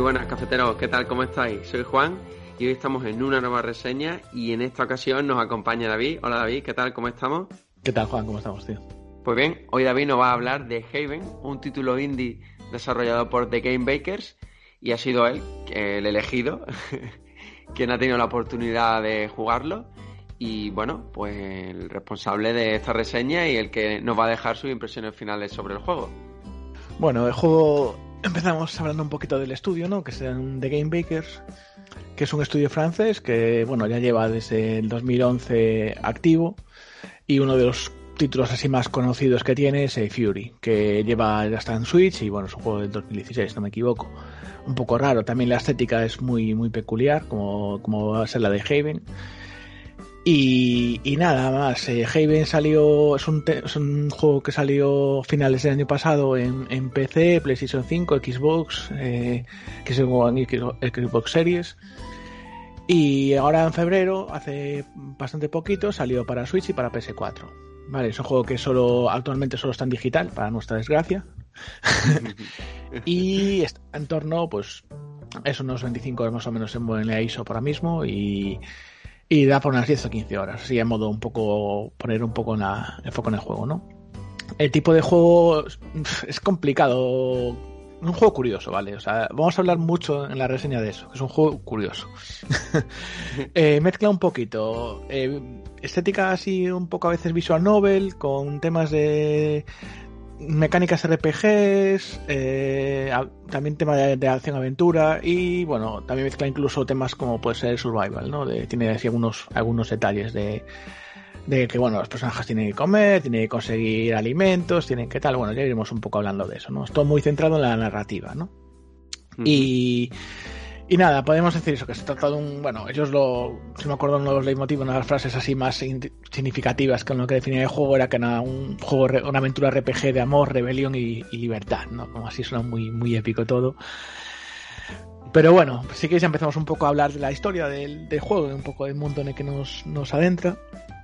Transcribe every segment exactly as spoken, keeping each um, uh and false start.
buenas, cafeteros, ¿qué tal? ¿Cómo estáis? Soy Juan y hoy estamos en una nueva reseña y en esta ocasión nos acompaña David. Hola David, ¿qué tal? ¿Cómo estamos? ¿Qué tal, Juan? ¿Cómo estamos, tío? Pues bien, hoy David nos va a hablar de Haven, un título indie desarrollado por The Game Bakers, y ha sido él, el elegido, quien ha tenido la oportunidad de jugarlo y, bueno, pues el responsable de esta reseña y el que nos va a dejar sus impresiones finales sobre el juego. Bueno, el juego... Empezamos hablando un poquito del estudio, ¿no? Que es The Game Bakers, que es un estudio francés que, bueno, ya lleva desde el dos mil once activo, y uno de los títulos así más conocidos que tiene es Fury, que lleva ya está en Switch y, bueno, es un juego del dos mil dieciséis, no me equivoco. Un poco raro, también la estética es muy, muy peculiar, como, como va a ser la de Haven. Y, y nada más, eh, Haven salió, es un, te, es un juego que salió finales del año pasado en, en P C, PlayStation cinco, Xbox, eh, que se jugó en Xbox Series, y ahora en febrero, hace bastante poquito, salió para Switch y para P S cuatro. Vale, es un juego que solo actualmente solo está en digital, para nuestra desgracia. Y está en torno, pues, es unos veinticinco horas más o menos en la I S O por ahora mismo, y Y da por unas diez o quince horas, así a modo un poco, poner un poco en la, el foco en el juego, ¿no? El tipo de juego es complicado, un juego curioso, ¿vale? O sea, vamos a hablar mucho en la reseña de eso, que es un juego curioso. eh, mezcla un poquito, eh, estética así un poco a veces visual novel, con temas de mecánicas R P Gs, eh, también tema de, de acción-aventura, y bueno, también mezcla incluso temas como puede ser survival, ¿no? De, tiene así algunos, algunos detalles de, de que, bueno, los personajes tienen que comer, tienen que conseguir alimentos, tienen que tal, bueno, ya iremos un poco hablando de eso, ¿no? Esto muy centrado en la narrativa, ¿no? Mm. Y... Y nada, podemos decir eso, que se trata de un... Bueno, ellos lo... Si me acuerdo, uno de los leitmotiv, una de las frases así más significativas con lo que definía el juego era que era un juego, una aventura R P G de amor, rebelión y, y libertad, ¿no? Como así suena muy, muy épico todo. Pero bueno, sí que ya empezamos un poco a hablar de la historia del, del juego, de un poco del mundo en el que nos, nos adentra.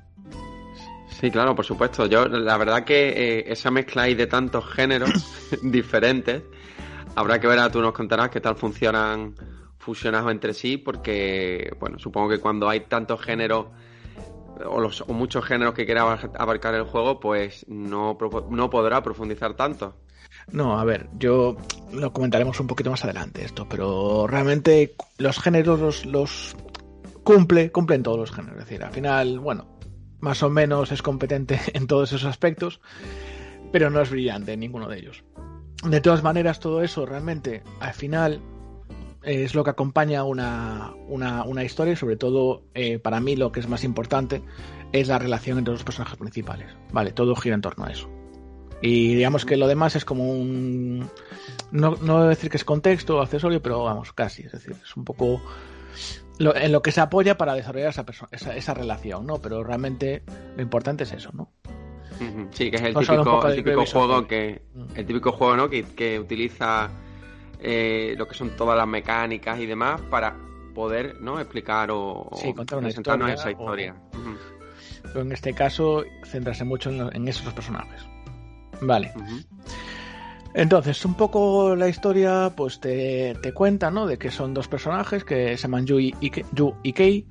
Sí, claro, por supuesto. Yo, la verdad que eh, esa mezcla ahí de tantos géneros diferentes, habrá que ver, a tú nos contarás qué tal funcionan fusionados entre sí, porque, bueno, supongo que cuando hay tantos géneros o, los, o muchos géneros que quiera abarcar el juego, pues no, no podrá profundizar tanto. No, a ver, yo lo comentaremos un poquito más adelante esto, pero realmente los géneros los, los cumple, cumplen todos los géneros, es decir, al final, bueno, más o menos es competente en todos esos aspectos, pero no es brillante en ninguno de ellos. De todas maneras, todo eso realmente, al final, es lo que acompaña una, una, una historia, y sobre todo, eh, para mí lo que es más importante es la relación entre los personajes principales. Vale, todo gira en torno a eso. Y digamos que lo demás es como un... No, no voy a decir que es contexto o accesorio, pero vamos, casi. Es decir, es un poco lo, en lo que se apoya para desarrollar esa, perso- esa, esa relación, ¿no? Pero realmente lo importante es eso, ¿no? Sí, que es el típico, el típico juego que... El típico juego, ¿no? Que, que utiliza... Eh, lo que son todas las mecánicas y demás para poder, ¿no? explicar o, sí, contar una presentarnos historia, esa historia. O... Uh-huh. Pero en este caso, centrarse mucho en, en esos personajes. Vale. Uh-huh. Entonces, un poco la historia, pues te, te cuenta, ¿no? De que son dos personajes que se llaman Yu y, Yu y Kei,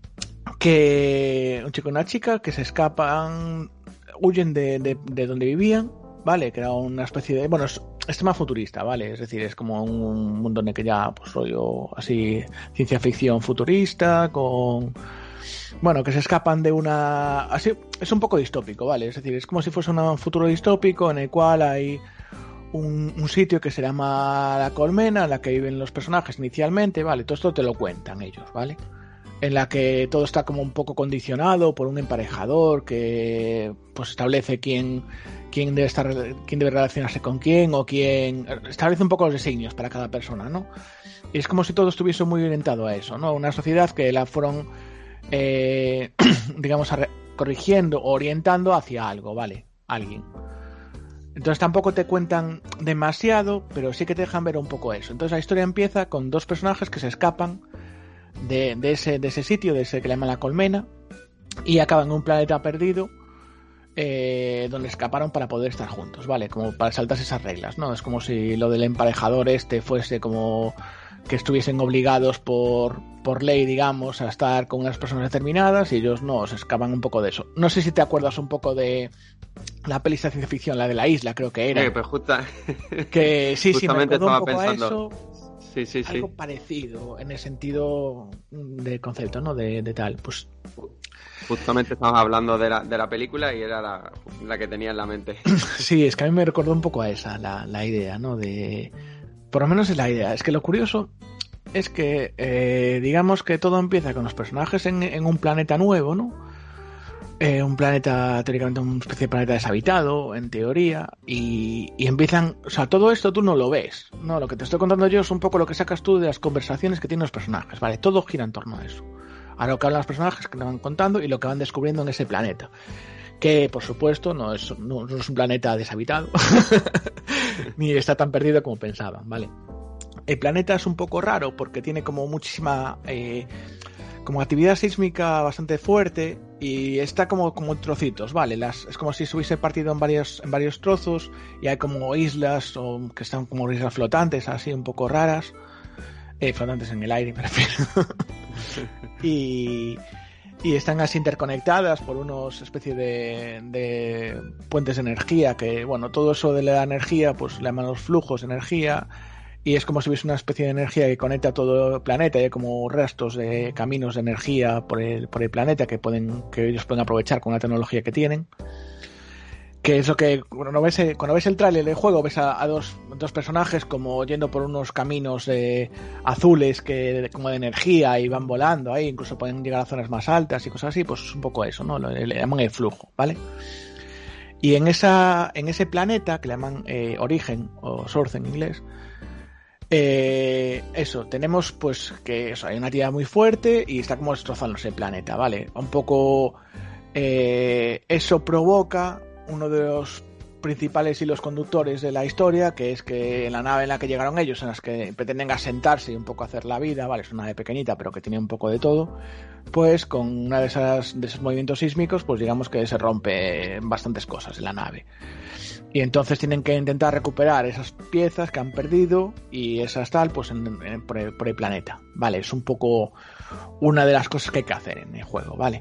que un chico y una chica que se escapan, huyen de, de, de donde vivían, ¿vale? Que era una especie de... Bueno, es, es tema futurista, ¿vale? Es decir, es como un mundo en el que ya, pues, rollo así, ciencia ficción futurista, con... Bueno, que se escapan de una... Así, es un poco distópico, ¿vale? Es decir, es como si fuese un futuro distópico en el cual hay un, un sitio que se llama La Colmena, en la que viven los personajes inicialmente, ¿vale? Todo esto te lo cuentan ellos, ¿vale? En la que todo está como un poco condicionado por un emparejador que pues establece quién, quién debe estar, quién debe relacionarse con quién, o quién establece un poco los designios para cada persona, ¿no? Y es como si todo estuviese muy orientado a eso, ¿no? Una sociedad que la fueron eh, digamos re- corrigiendo o orientando hacia algo, ¿vale? Alguien. Entonces tampoco te cuentan demasiado, pero sí que te dejan ver un poco eso. Entonces la historia empieza con dos personajes que se escapan De, de, ese, de ese sitio, de ese que le llaman La Colmena, y acaban en un planeta perdido eh, donde escaparon para poder estar juntos, ¿vale? Como para saltarse esas reglas, ¿no? Es como si lo del emparejador este fuese como que estuviesen obligados por, por ley, digamos, a estar con unas personas determinadas y ellos no, se escapan un poco de eso. No sé si te acuerdas un poco de la peli de ciencia ficción, la de la isla, creo que era. Sí, pues justa... que sí, sí, me recordó un poco pensando... a eso. Sí, sí, sí. Algo parecido en el sentido de concepto, ¿no? De, de tal, pues... Justamente estabas hablando de la, de la película y era la, la que tenía en la mente. Sí, es que a mí me recordó un poco a esa, la, la idea, ¿no? De... Por lo menos es la idea. Es que lo curioso es que, eh, digamos que todo empieza con los personajes en, en un planeta nuevo, ¿no? Eh, un planeta, teóricamente una especie de planeta deshabitado, en teoría, y, y empiezan... O sea, todo esto tú no lo ves, ¿no? Lo que te estoy contando yo es un poco lo que sacas tú de las conversaciones que tienen los personajes, ¿vale? Todo gira en torno a eso. A lo que hablan los personajes, que te van contando y lo que van descubriendo en ese planeta. Que, por supuesto, no es, no, no es un planeta deshabitado, ni está tan perdido como pensaban, ¿vale? El planeta es un poco raro porque tiene como muchísima... Eh, como actividad sísmica bastante fuerte y está como, como en trocitos, ¿vale? Las, es como si se hubiese partido en varios, en varios trozos y hay como islas o que están como islas flotantes, así un poco raras. Eh, flotantes en el aire, me refiero. y... Y están así interconectadas por unos especie de, de puentes de energía que, bueno, todo eso de la energía, pues le llaman los flujos de energía y es como si hubiese una especie de energía que conecta todo el planeta y hay como restos de caminos de energía por el, por el planeta que pueden que ellos pueden aprovechar con la tecnología que tienen. Que es lo que cuando ves, cuando ves el tráiler del juego ves a, a dos, dos personajes como yendo por unos caminos eh, azules que como de energía y van volando ahí, incluso pueden llegar a zonas más altas y cosas así, pues es un poco eso, ¿no? Le, le llaman el flujo, ¿vale? Y en esa en ese planeta que le llaman eh, origen o source en inglés, eh, eso, tenemos pues que eso, hay una actividad muy fuerte y está como destrozándose el planeta, ¿vale? Un poco eh, eso provoca uno de los principales hilos conductores de la historia, que es que en la nave en la que llegaron ellos, en las que pretenden asentarse y un poco hacer la vida, vale, es una nave pequeñita pero que tiene un poco de todo, pues con una de esas de esos movimientos sísmicos, pues digamos que se rompe bastantes cosas en la nave. Y entonces tienen que intentar recuperar esas piezas que han perdido y esas tal, pues en, en, por, el, por el planeta, vale, es un poco una de las cosas que hay que hacer en el juego, vale.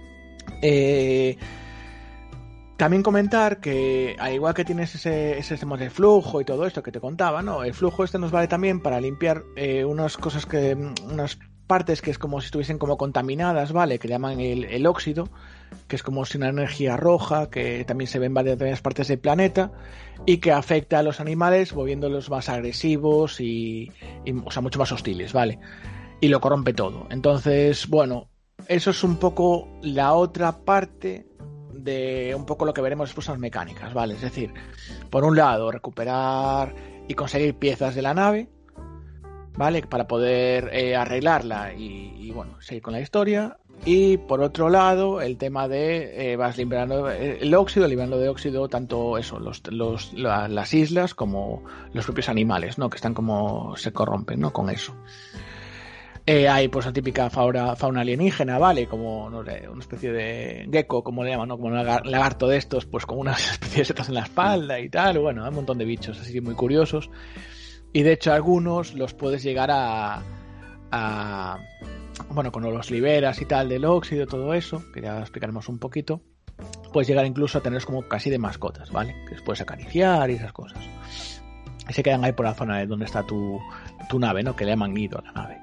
Eh... También comentar que, al igual que tienes ese, ese sistema de flujo y todo esto que te contaba, ¿no? El flujo este nos vale también para limpiar eh, unas cosas que, unas partes que es como si estuviesen como contaminadas, ¿vale? Que llaman el, el óxido, que es como si una energía roja que también se ve en varias, varias partes del planeta y que afecta a los animales volviéndolos más agresivos y, y, o sea, mucho más hostiles, ¿vale? Y lo corrompe todo. Entonces, bueno, eso es un poco la otra parte de un poco lo que veremos después en las mecánicas, ¿vale? Es decir, por un lado, recuperar y conseguir piezas de la nave, ¿vale? Para poder eh, arreglarla y, y, bueno, seguir con la historia. Y por otro lado, el tema de eh, vas liberando el óxido, liberando de óxido tanto eso, los, los, la, las islas como los propios animales, ¿no? Que están como se corrompen, ¿no? Con eso. Eh, hay pues la típica fauna, fauna alienígena, ¿vale? Como, no sé, una especie de gecko, como le llaman, ¿no? Como un lagarto de estos, pues con unas especies de setas en la espalda y tal. Bueno, hay un montón de bichos así muy curiosos. Y de hecho algunos los puedes llegar a... a bueno, cuando los liberas y tal del óxido, todo eso, que ya explicaremos un poquito, puedes llegar incluso a tenerlos como casi de mascotas, ¿vale? Que les puedes acariciar y esas cosas. Y se quedan ahí por la zona de donde está tu, tu nave, ¿no? Que le llaman nido a la nave.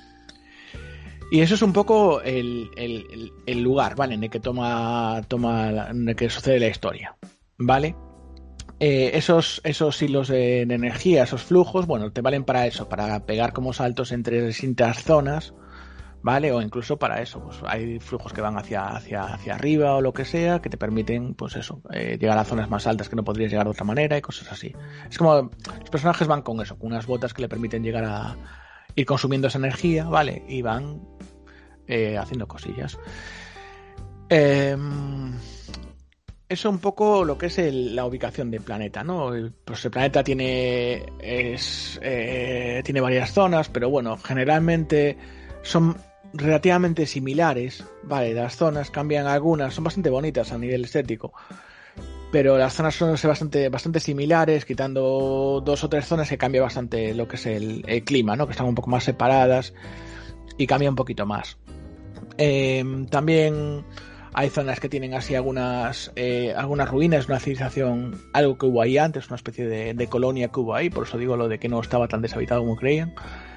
Y eso es un poco el, el, el lugar, ¿vale? En el que toma, toma en el que sucede la historia, ¿vale? Eh, esos, esos hilos de, de energía, esos flujos, bueno, te valen para eso, para pegar como saltos entre distintas zonas, ¿vale? O incluso para eso, pues hay flujos que van hacia, hacia, hacia arriba o lo que sea, que te permiten, pues eso, eh, llegar a zonas más altas que no podrías llegar de otra manera y cosas así. Es como, los personajes van con eso, con unas botas que le permiten llegar a ir consumiendo esa energía, ¿vale? Y van eh, haciendo cosillas. Eh, eso un poco lo que es el, la ubicación del planeta, ¿no? El, pues el planeta tiene es, eh, tiene varias zonas, pero bueno, generalmente son relativamente similares, ¿vale? Las zonas cambian algunas, son bastante bonitas a nivel estético, pero las zonas son bastante, bastante similares, quitando dos o tres zonas que cambia bastante lo que es el, el clima, ¿no? Que están un poco más separadas y cambia un poquito más. Eh, también hay zonas que tienen así algunas eh, algunas ruinas de una civilización, algo que hubo ahí antes, una especie de, de colonia que hubo ahí, por eso digo lo de que no estaba tan deshabitado como creían.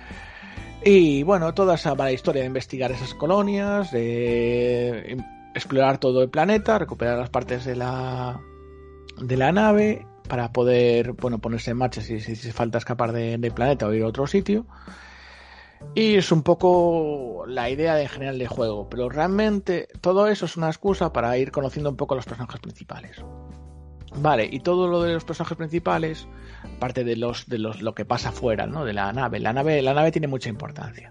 Y bueno, toda esa mala historia de investigar esas colonias, de explorar todo el planeta, recuperar las partes de la de la nave para poder, bueno, ponerse en marcha si, si, si falta escapar del de planeta o ir a otro sitio. Y es un poco la idea de general de juego, pero realmente todo eso es una excusa para ir conociendo un poco a los personajes principales. Vale, y todo lo de los personajes principales, aparte de los de los lo que pasa fuera, ¿no? De la nave, la nave, la nave tiene mucha importancia.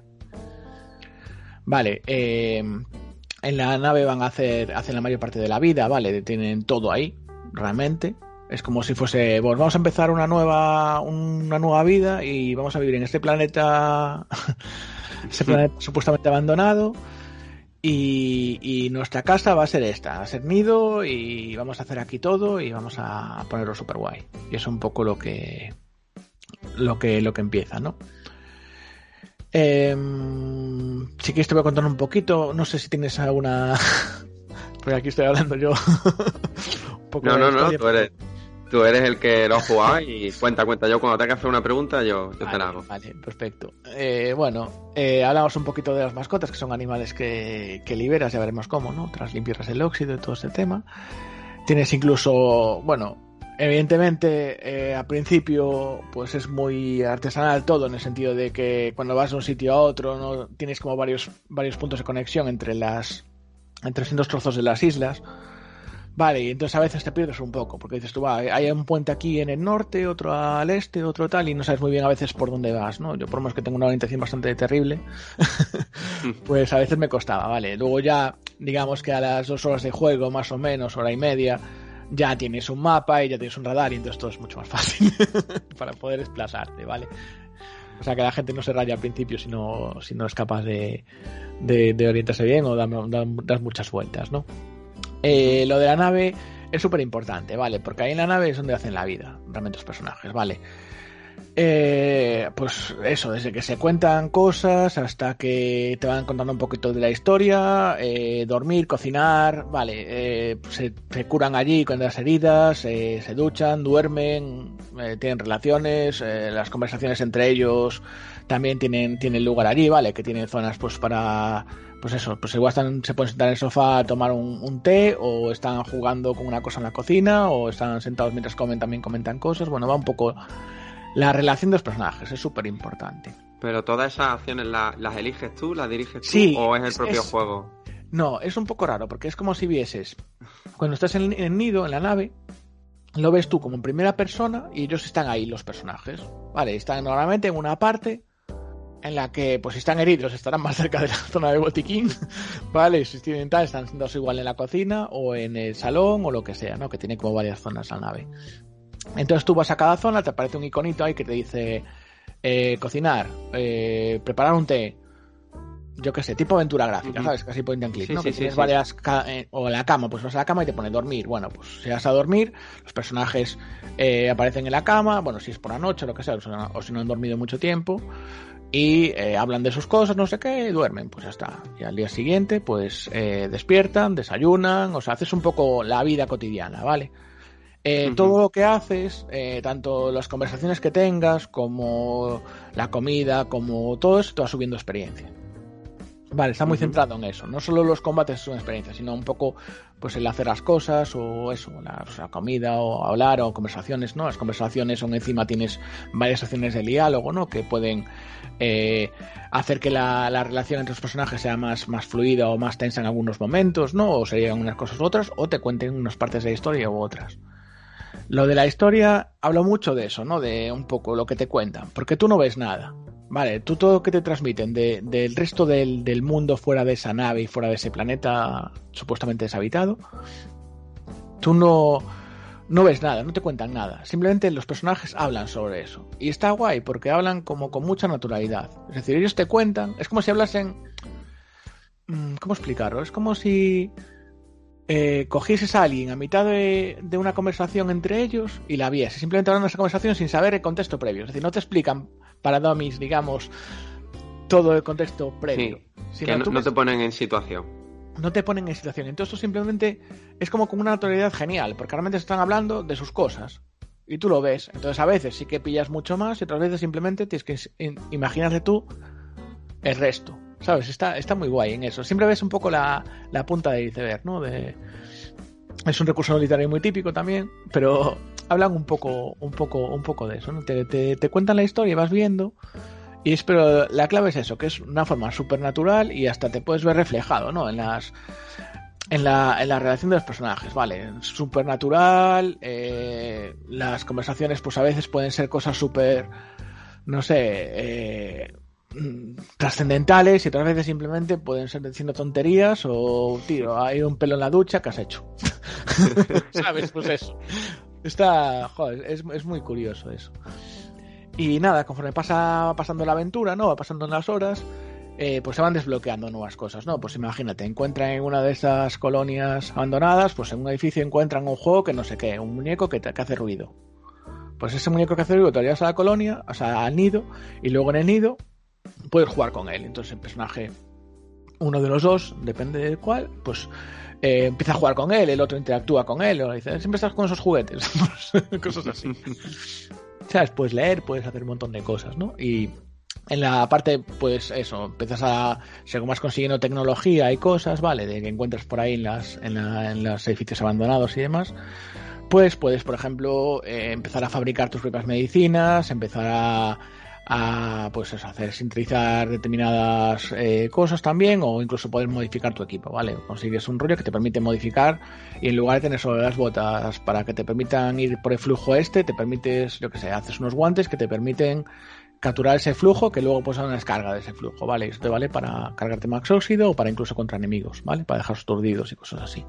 Vale, eh, en la nave van a hacer hacen la mayor parte de la vida, vale, tienen todo ahí, realmente. Es como si fuese, pues vamos a empezar una nueva una nueva vida y vamos a vivir en este planeta, este planeta supuestamente abandonado, y, y nuestra casa va a ser esta, va a ser nido y vamos a hacer aquí todo y vamos a ponerlo super guay. Y es un poco lo que lo que lo que empieza, ¿no? Eh, si quieres te voy a contar un poquito, no sé si tienes alguna, porque aquí estoy hablando yo. un poco no, no, no, historia, tú eres... Tú eres el que lo ha jugado y cuenta, cuenta. Yo cuando tenga que hacer una pregunta, yo, yo vale, te la hago. Vale, perfecto. Eh, bueno, eh, hablamos un poquito de las mascotas, que son animales que, que liberas, ya veremos cómo, ¿no? Tras limpiarlas el óxido y todo ese tema. Tienes incluso, bueno, evidentemente, eh, al principio, pues es muy artesanal todo, en el sentido de que cuando vas de un sitio a otro, ¿no? Tienes como varios, varios puntos de conexión entre las entre distintos trozos de las islas. Vale, y entonces a veces te pierdes un poco, porque dices tú, va, hay un puente aquí en el norte, otro al este, otro tal, y no sabes muy bien a veces por dónde vas, ¿no? Yo por lo menos que tengo una orientación bastante terrible, pues a veces me costaba, vale. Luego ya, digamos que a las dos horas de juego, más o menos, hora y media, ya tienes un mapa y ya tienes un radar, y entonces todo es mucho más fácil para poder desplazarte, ¿vale? O sea, que la gente no se raya al principio si no, si no es capaz de, de, de orientarse bien o dar, dar muchas vueltas, ¿no? Eh, lo de la nave es súper importante, ¿vale? Porque ahí en la nave es donde hacen la vida, realmente los personajes, ¿vale? Eh, pues eso, desde que se cuentan cosas hasta que te van contando un poquito de la historia, eh, dormir, cocinar, ¿vale? Eh, se, se curan allí con las heridas, eh, se duchan, duermen, eh, tienen relaciones, eh, las conversaciones entre ellos también tienen, tienen lugar allí, ¿vale? Que tienen zonas pues para... Pues eso, pues igual están, se pueden sentar en el sofá a tomar un, un té, o están jugando con una cosa en la cocina, o están sentados mientras comen, también comentan cosas. Bueno, va un poco la relación de los personajes, es súper importante. Pero todas esas acciones las, las eliges tú, las diriges tú, sí, o es el propio es, juego. No, es un poco raro, porque es como si vieses, cuando estás en, en el nido, en la nave, lo ves tú como en primera persona y ellos están ahí, los personajes, vale, están normalmente en una parte en la que, pues si están heridos, estarán más cerca de la zona de botiquín, ¿vale? Si tienen tal, están sentados igual en la cocina o en el salón o lo que sea, ¿no? Que tiene como varias zonas la nave. Entonces tú vas a cada zona, te aparece un iconito ahí que te dice eh, cocinar, eh, preparar un té, yo qué sé, tipo aventura gráfica, uh-huh. ¿Sabes? Casi point and click, sí, ¿no? Sí, que sí, tienes sí, varias... Sí. Ca- eh, o la cama, pues vas a la cama y te pone dormir. Bueno, pues si vas a dormir, los personajes eh, aparecen en la cama, bueno, si es por la noche o lo que sea, o, sea, o si no han dormido mucho tiempo, y eh, hablan de sus cosas, no sé qué, y duermen, pues ya está. Y al día siguiente, pues eh, despiertan, desayunan, o sea, haces un poco la vida cotidiana, ¿vale? Eh, uh-huh. Todo lo que haces, eh, tanto las conversaciones que tengas, como la comida, como todo eso, te va subiendo experiencia. Vale, está muy uh-huh. centrado en eso. No solo los combates son experiencias, sino un poco pues el hacer las cosas o eso, la, o sea, comida o hablar o conversaciones, ¿no? Las conversaciones son encima tienes varias opciones de diálogo, ¿no? Que pueden eh, hacer que la, la relación entre los personajes sea más, más fluida o más tensa en algunos momentos, ¿no? O se llegan unas cosas u otras, o te cuenten unas partes de la historia u otras. Lo de la historia, hablo mucho de eso, ¿no? De un poco lo que te cuentan, porque tú no ves nada. Vale, tú todo lo que te transmiten de, del resto del, del mundo fuera de esa nave y fuera de ese planeta supuestamente deshabitado, tú no, no ves nada, no te cuentan nada. Simplemente los personajes hablan sobre eso. Y está guay porque hablan como con mucha naturalidad. Es decir, ellos te cuentan, es como si hablasen... ¿Cómo explicarlo? Es como si... eh, cogieses a alguien a mitad de, de una conversación entre ellos y la vieses, simplemente hablando de esa conversación sin saber el contexto previo. Es decir, no te explican para dummies, digamos, todo el contexto previo. Sí, que no, no te ponen en situación. No te ponen en situación. Entonces esto simplemente es como con una naturalidad genial, porque realmente están hablando de sus cosas. Y tú lo ves. Entonces a veces sí que pillas mucho más y otras veces simplemente tienes que imaginarte tú el resto. ¿Sabes? Está, está muy guay en eso. Siempre ves un poco la, la punta del iceberg, ¿no? De... Es un recurso literario muy típico también, pero hablan un poco, un poco, un poco de eso, ¿no? Te, te, te cuentan la historia y vas viendo. Y es, pero la clave es eso, que es una forma súper natural y hasta te puedes ver reflejado, ¿no? En las... En la, en la relación de los personajes, vale, súper natural, eh, las conversaciones pues a veces pueden ser cosas súper, no sé, eh, trascendentales y otras veces simplemente pueden ser diciendo tonterías o, tío, hay un pelo en la ducha, ¿qué has hecho? ¿Sabes? Pues eso. Está, joder, es, es muy curioso eso. Y nada, conforme pasa pasando la aventura, ¿no? Va pasando las horas... Eh, pues se van desbloqueando nuevas cosas, ¿no? Pues imagínate, encuentran en una de esas colonias abandonadas, pues en un edificio encuentran un juego que no sé qué, un muñeco que, te, que hace ruido. Pues ese muñeco que hace ruido te lo llevas a la colonia, o sea, al nido, y luego en el nido puedes jugar con él. Entonces el personaje, uno de los dos, depende del cual, pues eh, empieza a jugar con él, el otro interactúa con él, o dice, siempre estás con esos juguetes, cosas así. ¿Sabes? Puedes leer, puedes hacer un montón de cosas, ¿no? Y en la parte, pues eso, empiezas a, según vas consiguiendo tecnología y cosas, ¿vale? De que encuentras por ahí en, las, en, la, en los edificios abandonados y demás, pues puedes, por ejemplo, eh, empezar a fabricar tus propias medicinas, empezar a, a pues eso, hacer sintetizar determinadas eh, cosas también, o incluso poder modificar tu equipo, ¿vale? Consigues un rollo que te permite modificar y en lugar de tener solo las botas para que te permitan ir por el flujo este, te permites, yo que sé, haces unos guantes que te permiten capturar ese flujo que luego puedes hacer una descarga de ese flujo, ¿vale? Eso te vale para cargarte max óxido o para incluso contra enemigos, ¿vale? Para dejarlos aturdidos y cosas así.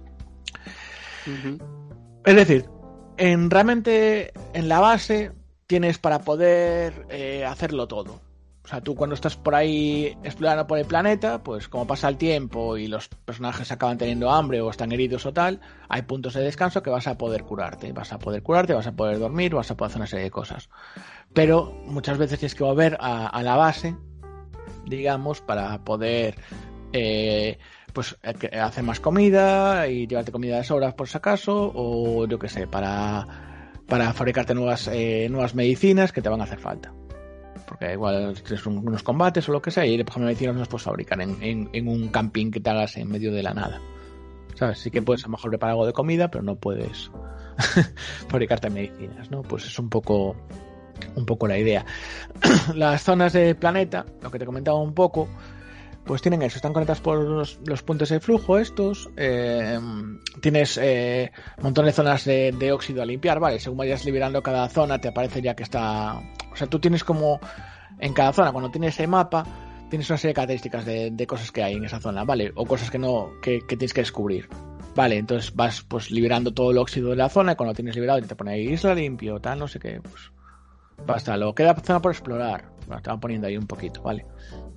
Uh-huh. Es decir, en realmente en la base tienes para poder eh, hacerlo todo. O sea, tú cuando estás por ahí explorando por el planeta, pues como pasa el tiempo y los personajes acaban teniendo hambre o están heridos o tal, hay puntos de descanso que vas a poder curarte. Vas a poder curarte, vas a poder dormir, vas a poder hacer una serie de cosas. Pero muchas veces tienes que volver a, a la base, digamos, para poder eh, pues hacer más comida y llevarte comida de sobras por si acaso, o yo qué sé, para, para fabricarte nuevas, eh, nuevas medicinas que te van a hacer falta. Porque igual tienes unos combates o lo que sea, y por ejemplo medicinas no las puedes fabricar en, en, en un camping que te hagas en medio de la nada. ¿Sabes? Sí que puedes a lo mejor preparar algo de comida, pero no puedes fabricarte medicinas, ¿no? Pues es un poco un poco la idea. Las zonas del planeta, lo que te comentaba un poco, pues tienen eso, están conectadas por los, los puntos de flujo estos, eh, tienes eh, un montón de zonas de, de óxido a limpiar, ¿vale? Según vayas liberando cada zona te aparece ya que está... O sea, tú tienes como en cada zona, cuando tienes el mapa, tienes una serie de características de, de cosas que hay en esa zona, ¿vale? O cosas que no, que, que tienes que descubrir. Vale, entonces vas pues liberando todo el óxido de la zona y cuando lo tienes liberado te pone ahí isla limpio, tal, no sé qué, pues basta, lo queda zona por explorar, bueno, te van poniendo ahí un poquito, ¿vale?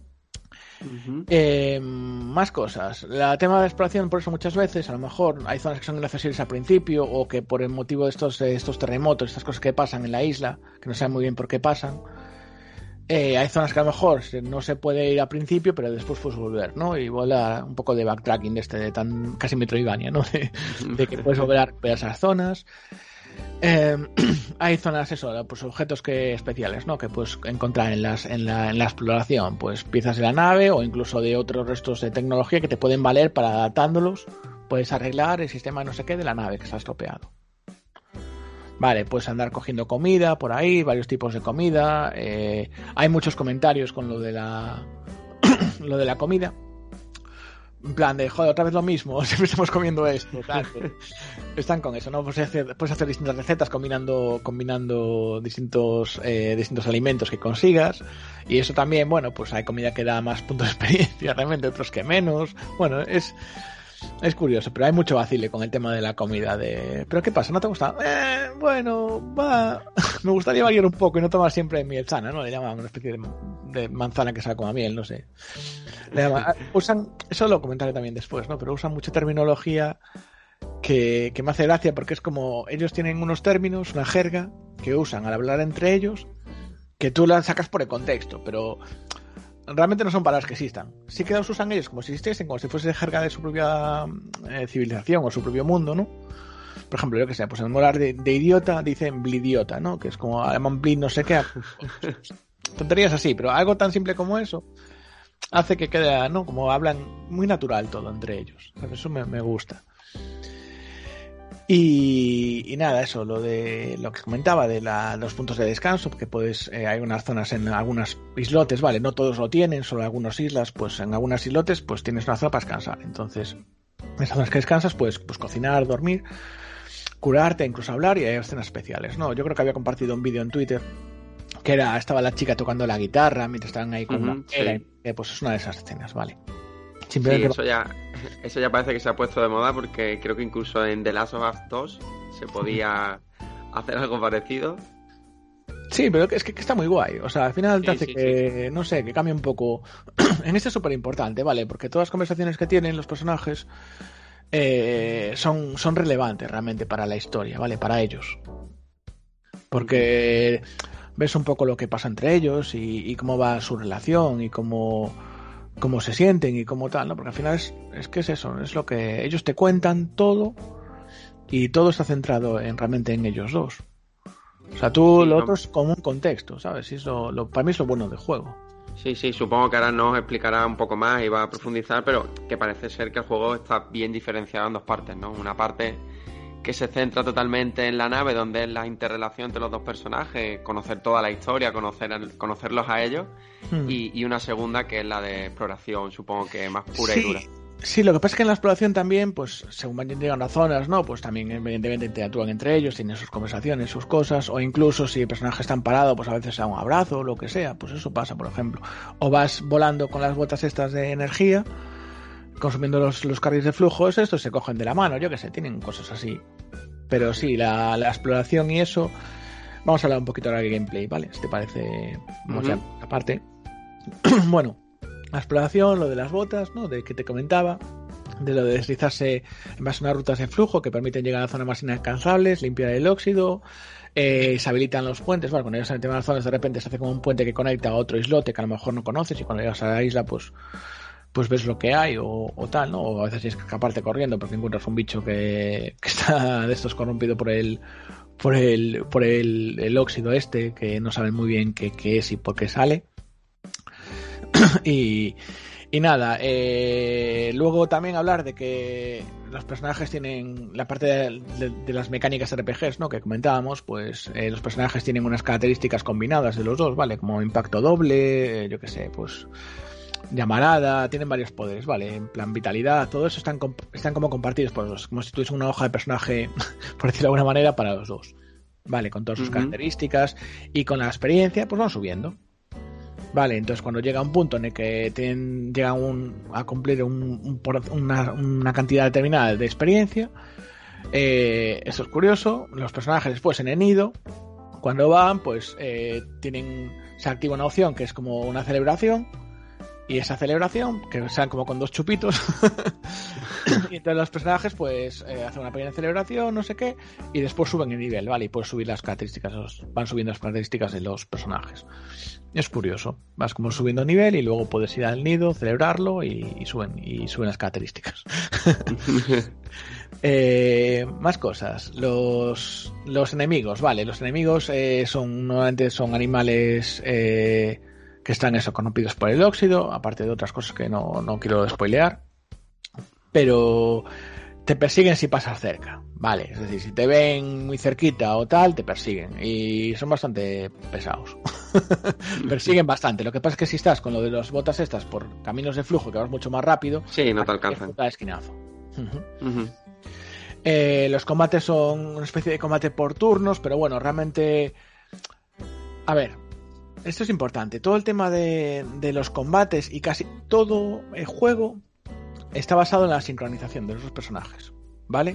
Uh-huh. Eh, más cosas. El tema de exploración, por eso muchas veces a lo mejor hay zonas que son inaccesibles al principio o que por el motivo de estos, de estos terremotos, estas cosas que pasan en la isla, que no saben muy bien por qué pasan, eh, hay zonas que a lo mejor no se puede ir al principio, pero después puedes volver, ¿no? Y volar un poco de backtracking de este de tan casi Metroidvania, ¿no? De, de que puedes volver a recuperar esas zonas. Eh, hay zonas, eso, pues objetos que especiales, ¿no? Que puedes encontrar en las en la, en la exploración, pues piezas de la nave o incluso de otros restos de tecnología que te pueden valer para adaptándolos, puedes arreglar el sistema no sé qué de la nave que está estropeado. Vale, puedes andar cogiendo comida por ahí, varios tipos de comida. Eh, hay muchos comentarios con lo de la lo de la comida. En plan de, joder, otra vez lo mismo, siempre estamos comiendo esto, tal. Están con eso, ¿no? Puedes hacer, puedes hacer distintas recetas combinando combinando distintos eh, distintos alimentos que consigas. Y eso también, bueno, pues hay comida que da más puntos de experiencia realmente, otros que menos. Bueno, es Es curioso, pero hay mucho vacile con el tema de la comida. De, ¿pero qué pasa? ¿No te gusta? Eh, bueno, va. Me gustaría variar un poco y no tomar siempre miel sana, ¿no? Le llaman una especie de, de manzana que sabe como a miel, no sé. Le llaman, usan, eso lo comentaré también después, ¿no? Pero usan mucha terminología que, que me hace gracia porque es como ellos tienen unos términos, una jerga que usan al hablar entre ellos, que tú la sacas por el contexto, pero realmente no son palabras que existan. Sí que los usan ellos como si existiesen, como si fuese jerga de su propia eh, civilización o su propio mundo, ¿no? Por ejemplo, yo que sé, pues en hablar de, de idiota dicen blidiota, ¿no? Que es como alemán blid no sé qué. Tonterías así, pero algo tan simple como eso hace que quede, ¿no? Como hablan muy natural todo entre ellos. Eso me, me gusta. Y, y nada, eso, lo de lo que comentaba de la, los puntos de descanso, porque puedes, eh, hay unas zonas en algunas islotes, vale, no todos lo tienen, solo algunas islas, pues en algunas islotes pues tienes una zona para descansar. Entonces, en esas zonas que descansas, pues, pues cocinar, dormir, curarte, incluso hablar, y hay escenas especiales, ¿no? Yo creo que había compartido un vídeo en Twitter que era, estaba la chica tocando la guitarra mientras estaban ahí con uh-huh, una pera, sí. y, eh, pues es una de esas escenas, vale. Simplemente... Sí, eso ya, eso ya parece que se ha puesto de moda porque creo que incluso en The Last of Us dos se podía hacer algo parecido. Sí, pero es que, que está muy guay. O sea, al final te sí, hace sí, que, sí. no sé, que cambie un poco. En este es súper importante, ¿vale? Porque todas las conversaciones que tienen los personajes eh, son, son relevantes realmente para la historia, ¿vale? Para ellos. Porque ves un poco lo que pasa entre ellos y, y cómo va su relación y cómo... cómo se sienten y cómo tal, ¿no? Porque al final es, es que es eso, es lo que ellos te cuentan todo y todo está centrado en realmente en ellos dos. O sea, tú sí, lo no... otro es como un contexto, ¿sabes? Y eso, lo, para mí es lo bueno del juego. Sí, sí, supongo que ahora nos explicará un poco más y va a profundizar, pero que parece ser que el juego está bien diferenciado en dos partes, ¿no? Una parte que se centra totalmente en la nave, donde es la interrelación entre los dos personajes, conocer toda la historia, conocer conocerlos a ellos, hmm. y, y una segunda que es la de exploración, supongo que más pura sí, y dura. Sí, lo que pasa es que en la exploración también, pues según van llegando a zonas, ¿no? Pues también evidentemente interactúan entre ellos, tienen sus conversaciones, sus cosas, o incluso si el personaje está parado, pues a veces se da un abrazo o lo que sea, pues eso pasa, por ejemplo. O vas volando con las botas estas de energía, consumiendo los, los carriles de flujo, estos se cogen de la mano, yo que sé, tienen cosas así. Pero sí, la, la exploración y eso, vamos a hablar un poquito ahora de gameplay, ¿vale? Si te parece, vamos uh-huh. a aparte. Bueno, la exploración, lo de las botas, ¿no? De que te comentaba, de lo de deslizarse en base a unas rutas de flujo que permiten llegar a zonas más inalcanzables, limpiar el óxido, eh, se habilitan los puentes, bueno, cuando llegas al tema de las zonas de repente se hace como un puente que conecta a otro islote que a lo mejor no conoces y cuando llegas a la isla, pues pues ves lo que hay o, o tal, ¿no? O a veces tienes que escaparte corriendo porque encuentras un bicho que, que está de estos corrompido por el por el por el, el óxido este, que no saben muy bien qué, qué es y por qué sale. y, y nada, eh, luego también hablar de que los personajes tienen la parte de, de, de las mecánicas R P Gs, ¿no? Que comentábamos, pues eh, los personajes tienen unas características combinadas de los dos, ¿vale? Como impacto doble, eh, yo qué sé, pues llamarada, tienen varios poderes, ¿vale? En plan vitalidad, todo eso están, están como compartidos por los dos, como si tuviesen una hoja de personaje, por decirlo de alguna manera, para los dos, ¿vale? Con todas sus uh-huh. características y con la experiencia, pues van subiendo. Vale, entonces cuando llega un punto en el que tienen, llegan un, a cumplir un, un, una, una cantidad determinada de experiencia, eh, eso es curioso, los personajes después en el nido, cuando van, pues eh, tienen, se activa una opción que es como una celebración, y esa celebración, que sean como con dos chupitos, y entonces los personajes pues eh, hacen una pequeña celebración, no sé qué, y después suben el nivel, ¿vale? Y puedes subir las características, van subiendo las características de los personajes. Es curioso, vas como subiendo nivel y luego puedes ir al nido, celebrarlo y, y suben y suben las características. eh, más cosas, los los enemigos, vale, los enemigos eh, son normalmente son animales eh, que están eso corrompidos por el óxido, aparte de otras cosas que no, no quiero spoilear, pero te persiguen si pasas cerca, vale, es decir, si te ven muy cerquita o tal, te persiguen y son bastante pesados. Persiguen bastante, lo que pasa es que si estás con lo de las botas estas por caminos de flujo que vas mucho más rápido, sí, no te alcanzan. Te esquinazo. Uh-huh. Uh-huh. Eh, los combates son una especie de combate por turnos, pero bueno, realmente, a ver, esto es importante, todo el tema de, de los combates y casi todo el juego está basado en la sincronización de los dos personajes, ¿vale?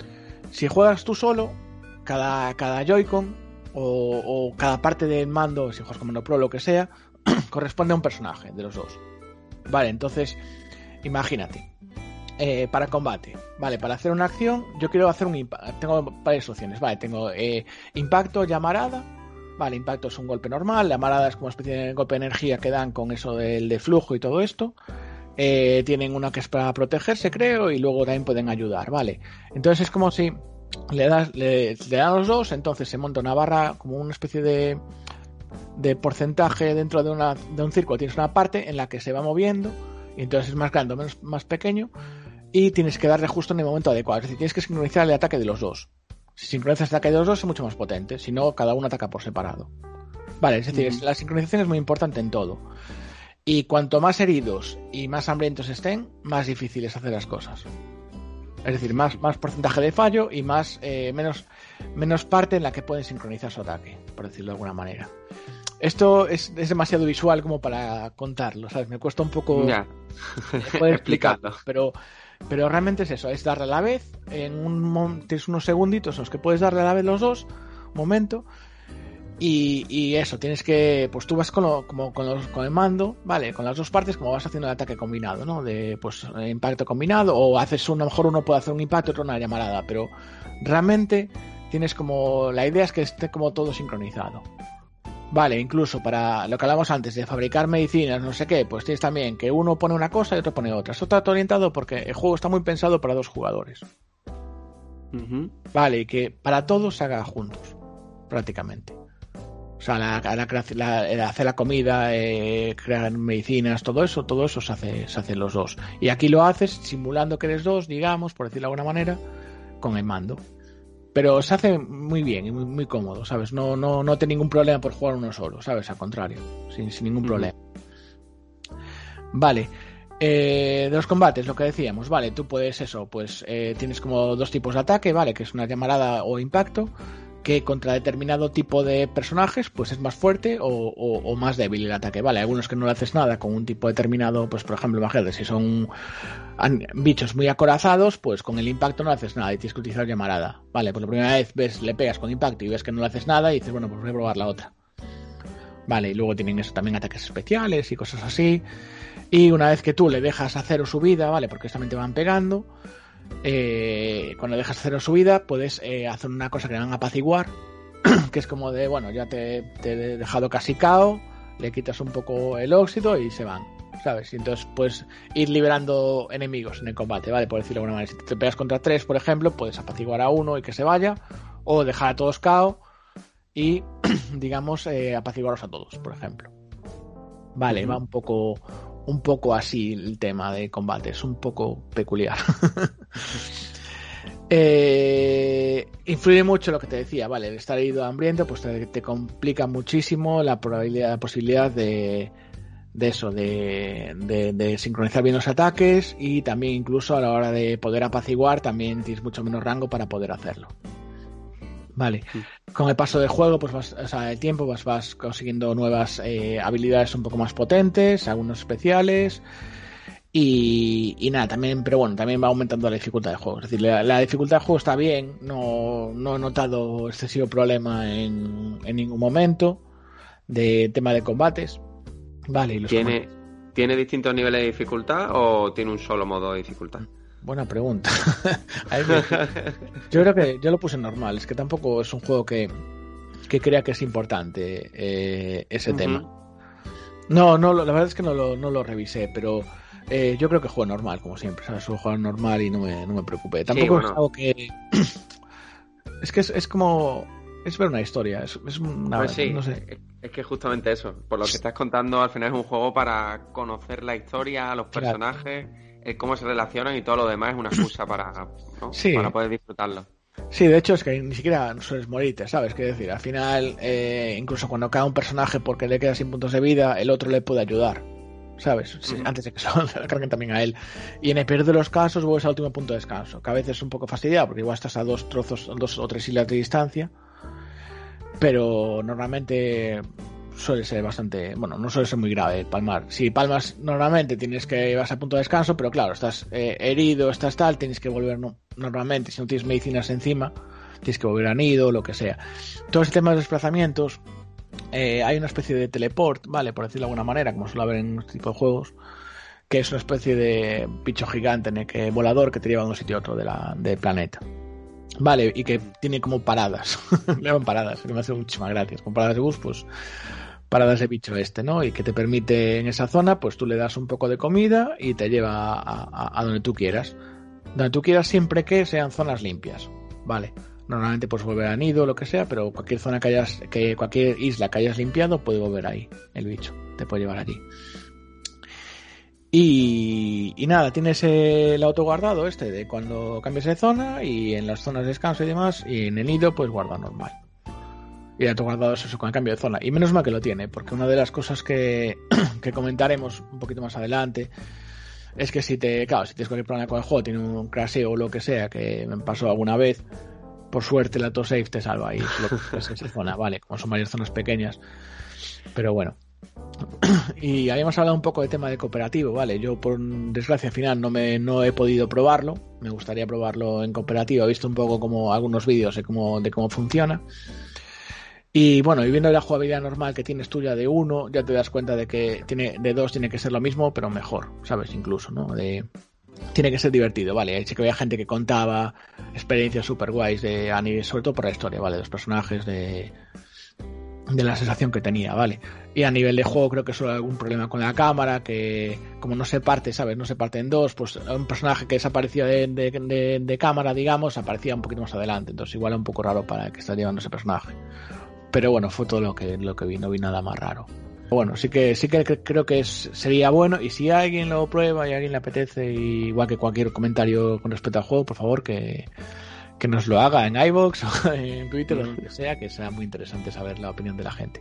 Si juegas tú solo, cada, cada Joy-Con o, o cada parte del mando, si juegas con Mando Pro o lo que sea, corresponde a un personaje de los dos. Vale, entonces, imagínate, eh, para combate, vale, para hacer una acción, yo quiero hacer un impacto, tengo varias opciones, vale, tengo eh, impacto, llamarada, vale, impacto es un golpe normal, llamarada es como una especie de golpe de energía que dan con eso del de flujo y todo esto. Eh, tienen una que es para protegerse, creo, y luego también pueden ayudar, ¿vale? Entonces es como si le das, le, le dan los dos, entonces se monta una barra como una especie de, de porcentaje dentro de, una, de un círculo. Tienes una parte en la que se va moviendo, y entonces es más grande o menos, más pequeño, y tienes que darle justo en el momento adecuado. Es decir, tienes que sincronizar el ataque de los dos. Si sincronizas el ataque de los dos es mucho más potente, si no, cada uno ataca por separado. Vale, es decir, mm. la sincronización es muy importante en todo. Y cuanto más heridos y más hambrientos estén, más difícil es hacer las cosas. Es decir, más, más porcentaje de fallo y más eh, menos, menos parte en la que pueden sincronizar su ataque, por decirlo de alguna manera. Esto es, es demasiado visual como para contarlo, ¿sabes? Me cuesta un poco ya. poder explicarlo, pero, pero realmente es eso, es darle a la vez, en un, tienes unos segunditos en los que puedes darle a la vez los dos, un momento. Y, y eso, tienes que, pues tú vas con, lo, como con, los, con el mando, vale, con las dos partes, como vas haciendo el ataque combinado, ¿no? De, pues, impacto combinado, o haces un, a lo mejor uno puede hacer un impacto y otro una llamarada, pero realmente tienes como, la idea es que esté como todo sincronizado. Vale, incluso para lo que hablamos antes de fabricar medicinas, no sé qué, pues tienes también que uno pone una cosa y otro pone otra. Esto está todo orientado porque el juego está muy pensado para dos jugadores. Uh-huh. Vale, y que para todos se haga juntos, prácticamente. O sea, la, la, la, la, hacer la comida, eh, crear medicinas, todo eso, todo eso se hace, se hace los dos. Y aquí lo haces simulando que eres dos, digamos, por decirlo de alguna manera, con el mando. Pero se hace muy bien y muy, muy cómodo, ¿sabes? No, no, no tengo ningún problema por jugar uno solo, ¿sabes? Al contrario, sin, sin ningún problema. Vale. Eh, de los combates, lo que decíamos, vale, tú puedes eso, pues eh, tienes como dos tipos de ataque, vale, que es una llamarada o impacto, que contra determinado tipo de personajes pues es más fuerte o, o, o más débil el ataque, vale, algunos que no le haces nada con un tipo determinado, pues por ejemplo, imagínate, si son bichos muy acorazados, pues con el impacto no le haces nada y tienes que utilizar llamarada, vale, pues la primera vez ves, le pegas con impacto y ves que no le haces nada y dices, bueno, pues voy a probar la otra, vale, y luego tienen eso también ataques especiales y cosas así, y una vez que tú le dejas hacer su vida, vale, porque también te van pegando. Eh, cuando dejas hacer su vida puedes eh, hacer una cosa que llaman apaciguar, que es como de, bueno, ya te, te he dejado casi cao, le quitas un poco el óxido y se van, ¿sabes? Y entonces puedes ir liberando enemigos en el combate, ¿vale? Por decirlo de alguna manera, si te pegas contra tres, por ejemplo, puedes apaciguar a uno y que se vaya, o dejar a todos cao y, digamos, eh, apaciguarlos a todos, por ejemplo. Vale, uh-huh. va un poco... un poco así el tema de combate, es un poco peculiar. eh, influye mucho lo que te decía, vale, el estar herido hambriento pues te, te complica muchísimo la probabilidad, la posibilidad de, de eso, de, de, de sincronizar bien los ataques y también incluso a la hora de poder apaciguar también tienes mucho menos rango para poder hacerlo. Vale, sí. Con el paso del juego, pues vas, o sea, el tiempo vas, vas consiguiendo nuevas eh, habilidades un poco más potentes, algunos especiales y, y nada, también, pero bueno, también va aumentando la dificultad del juego. Es decir, la, la dificultad del juego está bien, no, no he notado excesivo problema en, en ningún momento de tema de combates. Vale, y los ¿Tiene, combates. ¿Tiene distintos niveles de dificultad o tiene un solo modo de dificultad? Buena pregunta. Yo creo que yo lo puse normal. Es que tampoco es un juego que, que crea que es importante eh, ese uh-huh. tema. No, no, la verdad es que no lo, no lo revisé, pero eh, yo creo que juego normal, como siempre. ¿Sabes? Suelo jugar normal y no me, no me preocupé. Tampoco sí, bueno. es algo que... es que es, es como... es ver una historia. Es, es una... Pues sí, no sé. Es que justamente eso. Por lo que estás contando, al final es un juego para conocer la historia, los personajes... Claro. Cómo se relacionan y todo lo demás es una excusa para, ¿no? sí. para poder disfrutarlo. Sí, de hecho es que ni siquiera sueles morirte, ¿sabes? Quiero decir, al final, eh, incluso cuando cae un personaje porque le queda sin puntos de vida, el otro le puede ayudar, ¿sabes? Sí, uh-huh. Antes de que se lo carguen también a él. Y en el peor de los casos vuelves al último punto de descanso, que a veces es un poco fastidiado porque igual estás a dos trozos, dos o tres islas de distancia, pero normalmente suele ser bastante, bueno, no suele ser muy grave palmar. Si palmas normalmente tienes que vas a punto de descanso, pero claro, estás eh, herido, estás tal, tienes que volver no, normalmente, si no tienes medicinas encima, tienes que volver a nido, lo que sea. Todo ese tema de desplazamientos, eh, hay una especie de teleport, vale, por decirlo de alguna manera, como suele haber en este tipo de juegos, que es una especie de bicho gigante en el que volador que te lleva de un sitio a otro de la, del planeta. Vale, y que tiene como paradas. Le llaman paradas, que me hace muchísimas gracias. Con paradas de bus, pues paradas de bicho este, ¿no? Y que te permite en esa zona, pues tú le das un poco de comida y te lleva a, a, a donde tú quieras. Donde tú quieras siempre que sean zonas limpias. Vale. Normalmente puedes volver a nido, lo que sea, pero cualquier zona que hayas, que cualquier isla que hayas limpiado puede volver ahí, el bicho. Te puede llevar allí. Y, y nada, tienes el autoguardado este de cuando cambies de zona y en las zonas de descanso y demás, y en el nido pues guarda normal. Y el autoguardado es eso con el cambio de zona. Y menos mal que lo tiene, porque una de las cosas que, que comentaremos un poquito más adelante es que si te, claro, si tienes cualquier problema con el juego, tiene un crasheo o lo que sea, que me pasó alguna vez, por suerte el autosave te salva ahí, lo que es esa zona, vale, como son varias zonas pequeñas. Pero bueno. Y habíamos hablado un poco de tema de cooperativo, vale, yo por desgracia final no me no he podido probarlo, me gustaría probarlo en cooperativo, he visto un poco como algunos vídeos de cómo, de cómo funciona y bueno, y viendo la jugabilidad normal que tienes tuya de uno, ya te das cuenta de que tiene de dos tiene que ser lo mismo, pero mejor, sabes, incluso, ¿no? De tiene que ser divertido, vale, sí que había gente que contaba experiencias super guays de a nivel, sobre todo por la historia, vale, de los personajes, de de la sensación que tenía, vale. Y a nivel de juego creo que solo hay algún problema con la cámara, que como no se parte, ¿sabes? No se parte en dos, pues un personaje que desaparecía de, de, de, de cámara, digamos, aparecía un poquito más adelante, entonces igual es un poco raro para el que está llevando ese personaje. Pero bueno, fue todo lo que, lo que vi, no vi nada más raro. Bueno, sí que sí que creo que es, sería bueno, y si alguien lo prueba y a alguien le apetece, y igual que cualquier comentario con respecto al juego, por favor, que que nos lo haga en iVoox o en Twitter o donde sea, que será muy interesante saber la opinión de la gente.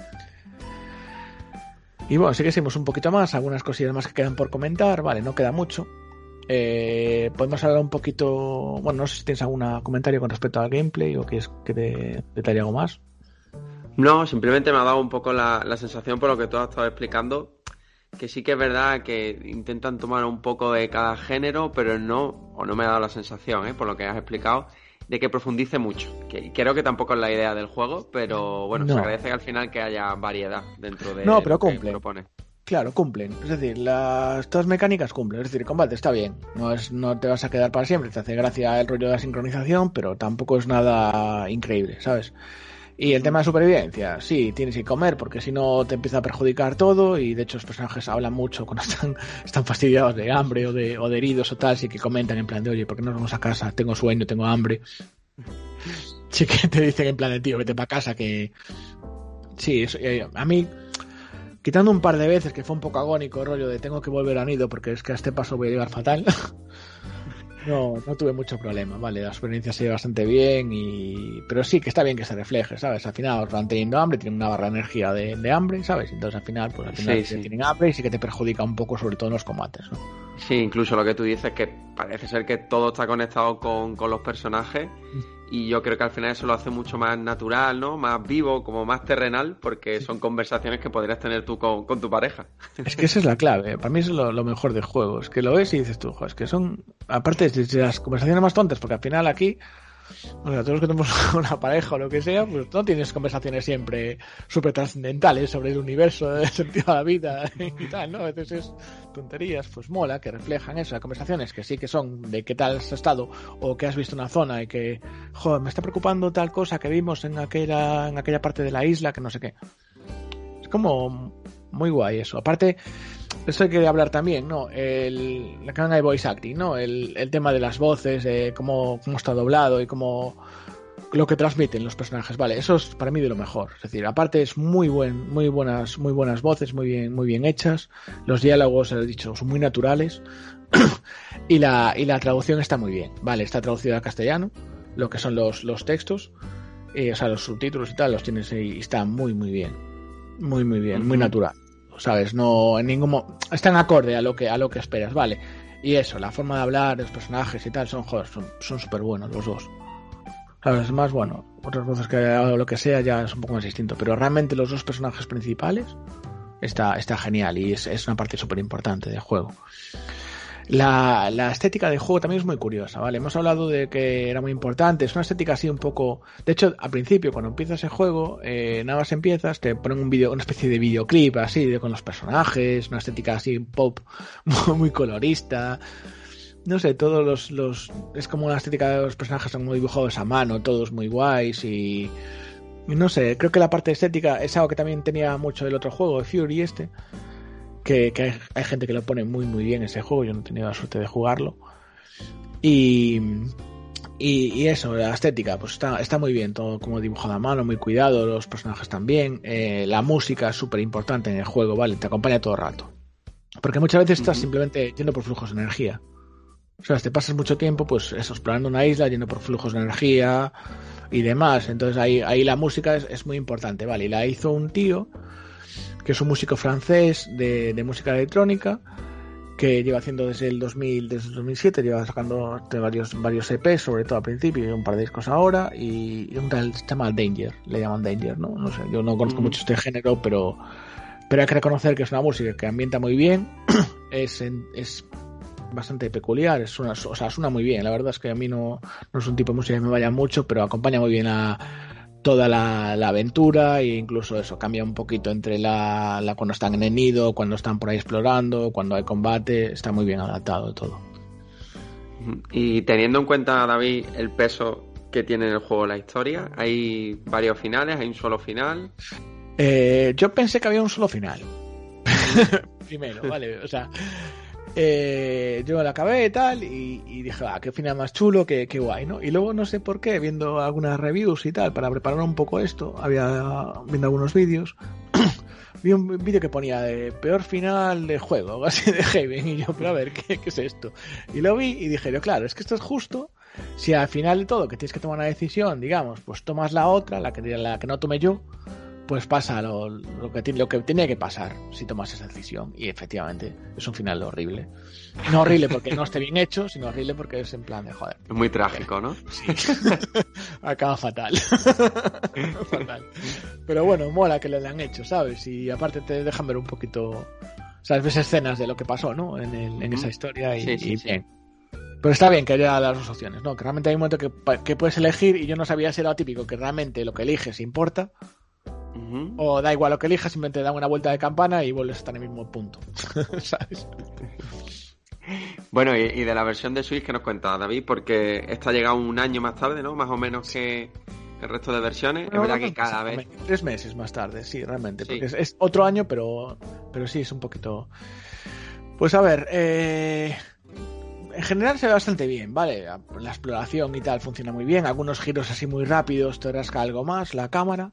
Y bueno, sí que seguimos un poquito más, algunas cosillas más que quedan por comentar, vale, no queda mucho. Eh, podemos hablar un poquito, bueno, no sé si tienes algún comentario con respecto al gameplay o quieres que te detalle algo más. No, simplemente me ha dado un poco la, la sensación por lo que tú has estado explicando, que sí que es verdad que intentan tomar un poco de cada género, pero no, o no me ha dado la sensación, ¿eh? Por lo que has explicado, de que profundice mucho. Que creo que tampoco es la idea del juego, pero bueno, no. Se agradece que al final que haya variedad dentro de no, pero lo que cumple. propone. Claro, cumplen. Es decir, las todas mecánicas cumplen. Es decir, el combate está bien. No es, no te vas a quedar para siempre. Te hace gracia el rollo de la sincronización, pero tampoco es nada increíble, ¿sabes? Y el tema de supervivencia, sí, tienes que comer porque si no te empieza a perjudicar todo, y de hecho los personajes hablan mucho cuando están, están fastidiados de hambre o de, o de heridos o tal, sí que comentan en plan de, oye, ¿por qué no nos vamos a casa? Tengo sueño, tengo hambre. Sí que te dicen en plan de, tío, vete para casa, que sí, eso, eh, a mí, quitando un par de veces que fue un poco agónico el rollo de tengo que volver a nido porque es que a este paso voy a llegar fatal. No, no tuve mucho problema, vale, la experiencia se ve bastante bien, y pero sí que está bien que se refleje, ¿sabes? Al final van teniendo hambre, tienen una barra de energía de, de hambre, ¿sabes? Entonces al final, pues al final sí, sí. tienen hambre y sí que te perjudica un poco, sobre todo en los combates, ¿no? Sí, incluso lo que tú dices, que parece ser que todo está conectado con, con los personajes, y yo creo que al final eso lo hace mucho más natural, ¿no? Más vivo, como más terrenal, porque son conversaciones que podrías tener tú con, con tu pareja. Es que esa es la clave, para mí es lo, lo mejor del juego, es que lo ves y dices tú, jo, es que son, aparte de las conversaciones más tontas, porque al final aquí, o sea, todos los que tenemos una pareja o lo que sea, pues no tienes conversaciones siempre súper trascendentales sobre el universo, el sentido de la vida y tal, ¿no? A veces es tonterías, pues mola, que reflejan eso, conversaciones que sí que son de qué tal has estado o que has visto una zona y que, joder, me está preocupando tal cosa que vimos en aquella, en aquella parte de la isla, que no sé qué. Es como muy guay eso. Aparte, eso hay que hablar también, ¿no? El, la cadena de voice acting, ¿no? El, el tema de las voces, de cómo, cómo está doblado y cómo lo que transmiten los personajes, vale, eso es para mí de lo mejor. Es decir, aparte es muy buen, muy buenas, muy buenas voces, muy bien, muy bien hechas. Los diálogos, he dicho, son muy naturales. y la, y la traducción está muy bien, vale, está traducido al castellano, lo que son los, los textos, eh, o sea, los subtítulos y tal, los tienes y está muy, muy bien. Muy, muy bien, uh-huh. Muy natural. ¿Sabes? No, en ningún mo- están acorde a lo que a lo que esperas, vale. Y eso, la forma de hablar de los personajes y tal son joder, son son súper buenos los dos. ¿Sabes? Más, bueno, otras voces que o lo que sea ya es un poco más distinto, pero realmente los dos personajes principales está, está genial y es, es una parte súper importante del juego. La, la estética del juego también es muy curiosa, ¿vale? Hemos hablado de que era muy importante, es una estética así un poco... De hecho, al principio, cuando empiezas el juego, eh, nada más empiezas, te ponen un video, una especie de videoclip así, de, con los personajes, una estética así pop, muy, muy colorista. No sé, todos los, los... Es como la estética de los personajes son muy dibujados a mano, todos muy guays y... y no sé, creo que la parte estética es algo que también tenía mucho el otro juego, el Fury este... Que, que hay, hay gente que lo pone muy muy bien ese juego, yo no he tenido la suerte de jugarlo y, y, y eso, la estética pues está, está muy bien, todo como dibujado a mano, muy cuidado, los personajes también, eh, la música es súper importante en el juego, vale, te acompaña todo el rato, porque muchas veces estás uh-huh. simplemente yendo por flujos de energía, o sea, te pasas mucho tiempo pues eso, explorando una isla, yendo por flujos de energía y demás, entonces ahí, ahí la música es, es muy importante, vale, y la hizo un tío que es un músico francés de, de música electrónica que lleva haciendo desde el dos mil, desde el dos mil siete, lleva sacando varios, varios E Pes, sobre todo al principio, y un par de discos ahora, y, y un tal se llama Danger, le llaman Danger, ¿no? No sé, yo no conozco mm. mucho este género, pero, pero hay que reconocer que es una música que ambienta muy bien, es, es bastante peculiar, es una, o sea, suena muy bien, la verdad es que a mí no, no es un tipo de música que me vaya mucho, pero acompaña muy bien a toda la, la aventura e incluso eso cambia un poquito entre la, la cuando están en el nido, cuando están por ahí explorando, cuando hay combate, está muy bien adaptado todo. Y teniendo en cuenta, David, el peso que tiene en el juego la historia, ¿hay varios finales? ¿Hay un solo final? Eh, yo pensé que había un solo final. Primero, vale, o sea... Eh, yo la acabé y tal y, y dije, ah, qué final más chulo, qué, qué guay, ¿no? Y luego no sé por qué, viendo algunas reviews y tal, para preparar un poco esto, había viendo algunos vídeos, vi un vídeo que ponía de peor final de juego, algo así de Haven, y yo, pero a ver, ¿qué, qué es esto? Y lo vi y dije, yo, claro, es que esto es justo, si al final de todo, que tienes que tomar una decisión, digamos, pues tomas la otra, la que, la que no tomé yo, pues pasa lo, lo, que, lo que tenía que pasar si tomas esa decisión. Y efectivamente es un final horrible. No horrible porque no esté bien hecho, sino horrible porque es en plan de joder. Es muy trágico, ¿no? Sí. Acaba fatal. Fatal. Pero bueno, mola que le han hecho, ¿sabes? Y aparte te dejan ver un poquito, ¿sabes? Ves escenas de lo que pasó, ¿no? En, el, en esa historia y, sí, sí, y bien. Sí. Pero está bien que haya las dos opciones, ¿no? Que realmente hay un momento que, que puedes elegir y yo no sabía si era lo típico, que realmente lo que eliges importa. Uh-huh. O da igual lo que elijas, simplemente da una vuelta de campana y vuelves a estar en el mismo punto. ¿Sabes? Bueno, y, y de la versión de Switch que nos cuenta David, porque esta ha llegado un año más tarde, ¿no? Más o menos que el resto de versiones. Bueno, es verdad que cada vez... Tres meses más tarde, sí, realmente. Porque sí. Es, es otro año, pero, pero sí, es un poquito... Pues a ver, eh... en general se ve bastante bien, ¿vale? La exploración y tal funciona muy bien. Algunos giros así muy rápidos, te rasca algo más la cámara.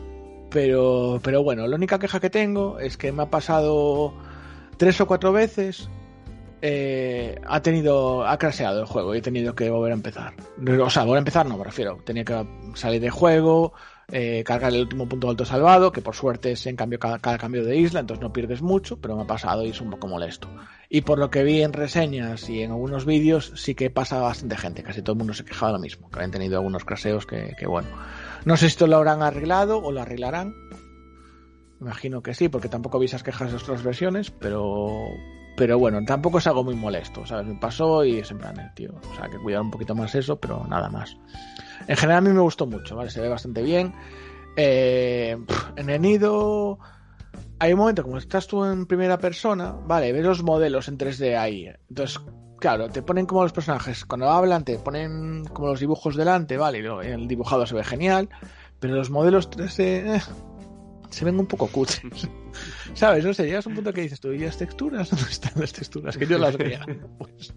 Pero, pero bueno, la única queja que tengo es que me ha pasado tres o cuatro veces, eh, ha tenido, ha crasheado el juego y he tenido que volver a empezar. O sea, volver a empezar no, me refiero. Tenía que salir de juego, eh, cargar el último punto alto salvado, que por suerte es en cambio cada, cada cambio de isla, entonces no pierdes mucho, pero me ha pasado y es un poco molesto. Y por lo que vi en reseñas y en algunos vídeos, sí que pasa bastante gente, casi todo el mundo se quejaba de lo mismo, que habían tenido algunos crasheos que, que bueno. No sé si esto lo habrán arreglado o lo arreglarán. Me imagino que sí, porque tampoco vi esas quejas de otras versiones, pero pero bueno, tampoco es algo muy molesto, ¿sabes? Me pasó y es en plan, eh, tío, o sea, que cuidar un poquito más eso, pero nada más. En general a mí me gustó mucho, ¿vale? Se ve bastante bien. Eh, en el nido hay un momento, como estás tú en primera persona, ¿vale? Ves los modelos en tres D ahí. Entonces, claro, te ponen como los personajes, cuando hablan te ponen como los dibujos delante, ¿vale? Y el dibujado se ve genial, pero los modelos tres D eh, se ven un poco cutres. ¿Sabes? No sé, llegas a un punto que dices tú, ¿y las texturas? ¿Dónde están las texturas? Que yo las veía. Pues,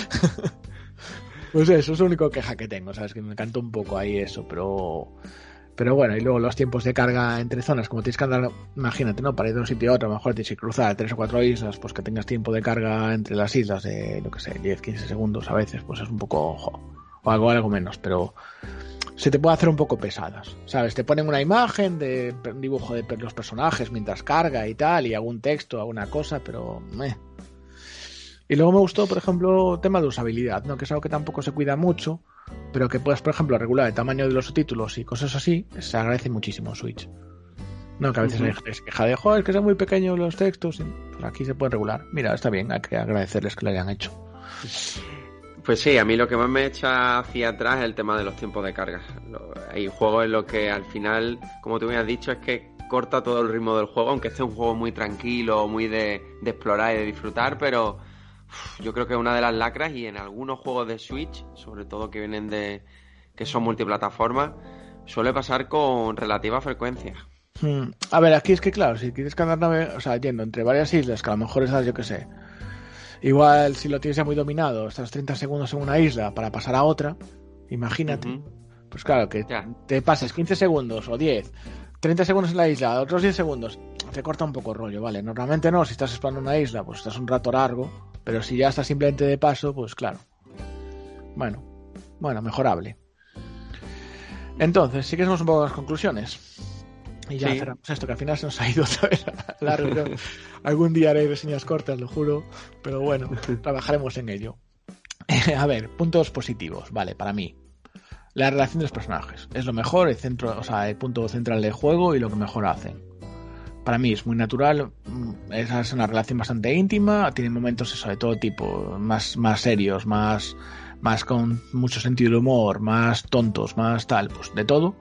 pues eso es la única queja que tengo, ¿sabes? Que me encantó un poco ahí eso, pero... Pero bueno, y luego los tiempos de carga entre zonas, como tienes que andar, imagínate, ¿no? Para ir de un sitio a otro, a lo mejor tienes que cruzar tres o cuatro islas, pues que tengas tiempo de carga entre las islas de, lo que sé, diez, quince segundos a veces, pues es un poco, ojo, o algo, algo menos, pero se te puede hacer un poco pesadas, ¿sabes? Te ponen una imagen de un dibujo de los personajes mientras carga y tal, y algún texto, alguna cosa, pero... Eh. Y luego me gustó, por ejemplo, el tema de usabilidad, ¿no? Que es algo que tampoco se cuida mucho, pero que puedas, por ejemplo, regular el tamaño de los subtítulos y cosas así, se agradece muchísimo en Switch. No, que a veces uh-huh. hay gente que se queja de, joder, es que son muy pequeños los textos. Pues aquí se puede regular. Mira, está bien, hay que agradecerles que lo hayan hecho. Pues sí, a mí lo que más me echa hacia atrás es el tema de los tiempos de carga. Hay juegos en los que al final, como tú me has dicho, es que corta todo el ritmo del juego, aunque este es un juego muy tranquilo, muy de, de explorar y de disfrutar, pero uf, yo creo que es una de las lacras, y en algunos juegos de Switch, sobre todo que vienen de que son multiplataformas, suele pasar con relativa frecuencia. Hmm. A ver, aquí es que claro, si quieres que andar nave, o sea, yendo entre varias islas, que a lo mejor estás, yo qué sé, igual si lo tienes ya muy dominado, estás treinta segundos en una isla para pasar a otra, imagínate, uh-huh. pues claro, que ya. te pases quince segundos o diez, treinta segundos en la isla, otros diez segundos, te corta un poco el rollo, ¿vale? Normalmente no, si estás explorando una isla, pues estás un rato largo, pero si ya estás simplemente de paso, pues claro. Bueno, bueno, mejorable. Entonces, sí que somos un poco las conclusiones. Y ya sí. cerramos esto, que al final se nos ha ido otra vez largo. Algún día haré reseñas cortas, lo juro, pero bueno, trabajaremos en ello. A ver, puntos positivos, vale, para mí. La relación de los personajes es lo mejor, el centro, o sea, el punto central del juego y lo que mejor hacen. Para mí es muy natural, es una relación bastante íntima, tiene momentos eso, de todo tipo, más, más serios, más, más con mucho sentido del humor, más tontos, más tal, pues de todo.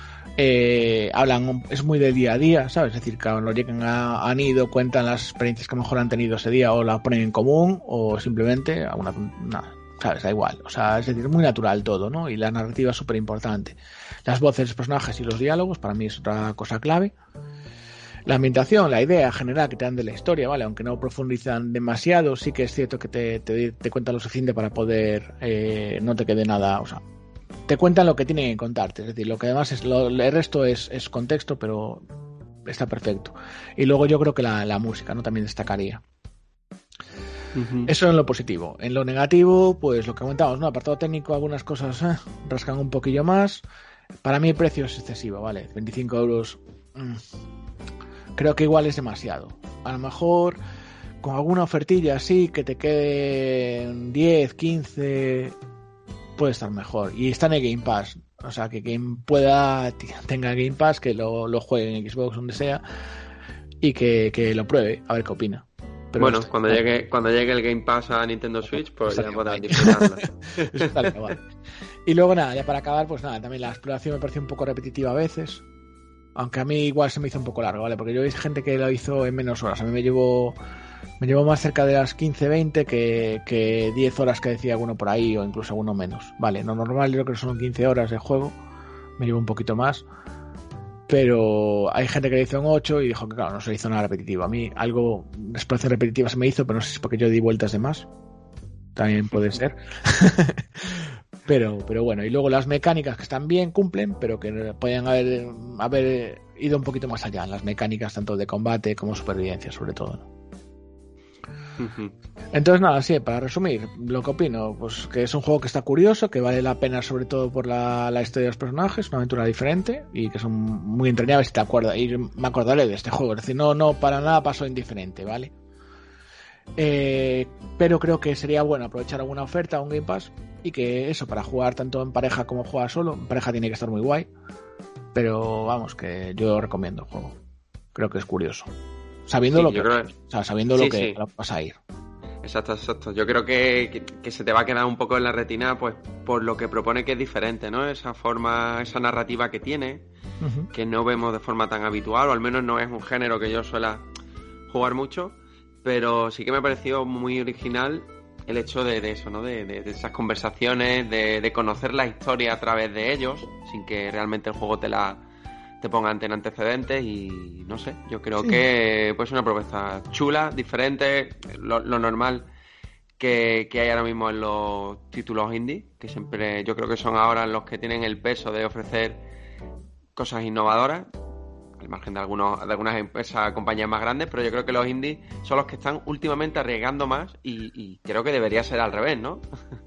Eh, hablan, es muy de día a día, ¿sabes? Es decir, que cuando llegan a, han ido, cuentan las experiencias que mejor han tenido ese día o la ponen en común o simplemente alguna, nada, ¿sabes? Da igual, o sea, es decir, es muy natural todo, ¿no? Y la narrativa es súper importante. Las voces de los personajes y los diálogos para mí es otra cosa clave. La ambientación, la idea general que te dan de la historia, ¿vale? Aunque no profundizan demasiado, sí que es cierto que te, te, te cuentan lo suficiente para poder eh, no te quede nada, o sea, te cuentan lo que tienen que contarte, es decir, lo que además es lo, el resto es, es contexto, pero está perfecto. Y luego yo creo que la, la música, ¿no? También destacaría. Uh-huh. Eso en lo positivo. En lo negativo, pues lo que comentamos, ¿no? Apartado técnico, algunas cosas eh, rascan un poquillo más. Para mí el precio es excesivo, ¿vale? veinticinco euros. Mmm, creo que igual es demasiado. A lo mejor con alguna ofertilla así que te queden diez, quince... puede estar mejor. Y está en el Game Pass. O sea, que quien pueda tenga Game Pass, que lo, lo juegue en Xbox, donde sea, y que, que lo pruebe, a ver qué opina. Pero bueno, cuando está... llegue cuando llegue el Game Pass a Nintendo Switch, pues está ya podrás disfrutarlo. Está bien, vale. Y luego nada, ya para acabar, pues nada, también la exploración me pareció un poco repetitiva a veces. Aunque a mí igual se me hizo un poco largo, ¿vale? Porque yo vi gente que lo hizo en menos horas. A mí me llevó... Me llevó más cerca de las quince veinte que, que diez horas que decía alguno por ahí, o incluso alguno menos. Vale, lo normal yo creo que son quince horas de juego. Me llevó un poquito más. Pero hay gente que le hizo en ocho y dijo que claro, no se le hizo nada repetitivo. A mí algo de exploración repetitiva se me hizo, pero no sé si es porque yo di vueltas de más. También puede ser. pero, pero bueno, y luego las mecánicas que están bien, cumplen, pero que podían haber, haber ido un poquito más allá. Las mecánicas tanto de combate como supervivencia, sobre todo, ¿no? Entonces nada, sí, para resumir lo que opino, pues que es un juego que está curioso, que vale la pena sobre todo por la, la historia de los personajes, una aventura diferente y que son muy entrañables. Si te acuerdas, y me acordaré de este juego, es decir, no, no para nada pasó indiferente, ¿vale? Eh, pero creo que sería bueno aprovechar alguna oferta, un Game Pass, y que eso, para jugar tanto en pareja como jugar solo, en pareja tiene que estar muy guay, pero vamos, que yo recomiendo el juego, creo que es curioso. Sabiendo sí, lo que, creo... o sea, sabiendo sí, lo que sí. vas a ir. Exacto, exacto. Yo creo que, que, que se te va a quedar un poco en la retina, pues, por lo que propone que es diferente, ¿no? Esa forma, esa narrativa que tiene, uh-huh. que no vemos de forma tan habitual, o al menos no es un género que yo suela jugar mucho, pero sí que me ha parecido muy original el hecho de, de eso, ¿no? De, de, de esas conversaciones, de, de conocer la historia a través de ellos, sin que realmente el juego te la te ponga ante antecedentes y no sé, yo creo sí. que pues una propuesta chula, diferente, lo, lo normal que, que hay ahora mismo en los títulos indie, que siempre yo creo que son ahora los que tienen el peso de ofrecer cosas innovadoras, al margen de algunos de algunas empresas, compañías más grandes, pero yo creo que los indies son los que están últimamente arriesgando más y, y creo que debería ser al revés, ¿no?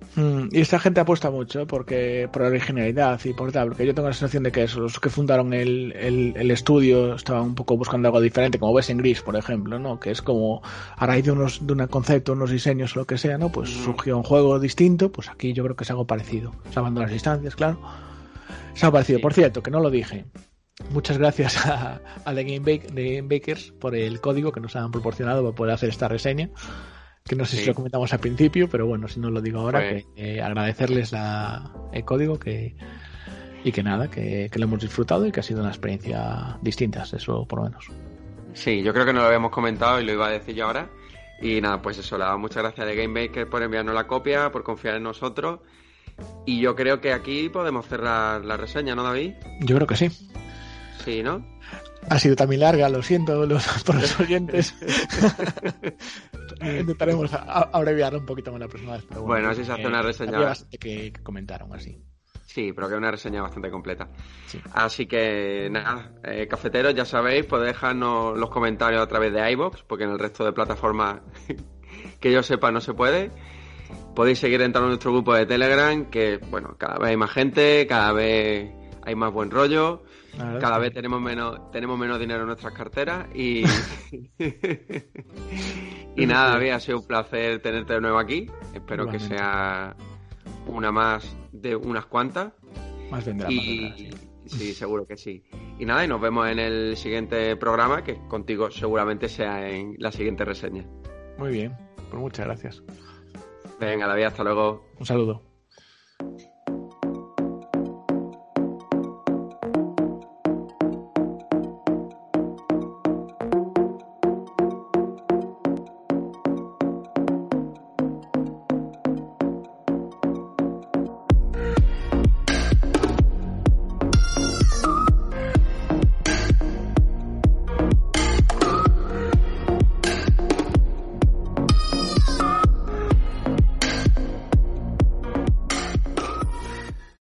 Mm, y esta gente apuesta mucho, ¿eh? Porque por la originalidad y por tal, porque yo tengo la sensación de que eso, los que fundaron el, el, el estudio estaban un poco buscando algo diferente, como ves en Gris, por ejemplo, ¿no? Que es como a raíz de unos de un concepto, unos diseños o lo que sea, ¿no? Pues mm. surgió un juego distinto, pues aquí yo creo que es algo parecido, salvando las distancias, claro. Es algo parecido. Sí. Por cierto, que no lo dije. Muchas gracias a, a The Game, Bake, The Game Bakers por el código que nos han proporcionado para poder hacer esta reseña. Que no sé sí. si lo comentamos al principio, pero bueno, si no lo digo ahora, pues... que, eh, agradecerles la, el código que y que nada, que, que lo hemos disfrutado y que ha sido una experiencia distinta, eso por lo menos. Sí, yo creo que no lo habíamos comentado y lo iba a decir yo ahora. Y nada, pues eso, le damos muchas gracias a The Game Baker por enviarnos la copia, por confiar en nosotros. Y yo creo que aquí podemos cerrar la reseña, ¿no, David? Yo creo que sí. Sí, ¿no? Ha sido también larga, lo siento los, por los oyentes. Intentaremos abreviar un poquito más la próxima vez. Pero bueno, bueno, así se hace eh, una reseña. Había bastante que, que comentaron así. Sí, pero que es una reseña bastante completa. Sí. Así que nada, eh, cafeteros, ya sabéis, podéis dejarnos los comentarios a través de iVoox, porque en el resto de plataformas que yo sepa no se puede. Podéis seguir entrando en nuestro grupo de Telegram, que bueno, cada vez hay más gente, cada vez hay más buen rollo. Cada vez tenemos menos tenemos menos dinero en nuestras carteras y y nada, David, ha sido un placer tenerte de nuevo aquí. Espero Igualmente. que sea una más de unas cuantas. Más vendrá, y... más vendrá, sí. Sí, seguro que sí. Y nada, y nos vemos en el siguiente programa, que contigo seguramente sea en la siguiente reseña. Muy bien, pues muchas gracias. Venga, David, hasta luego. Un saludo.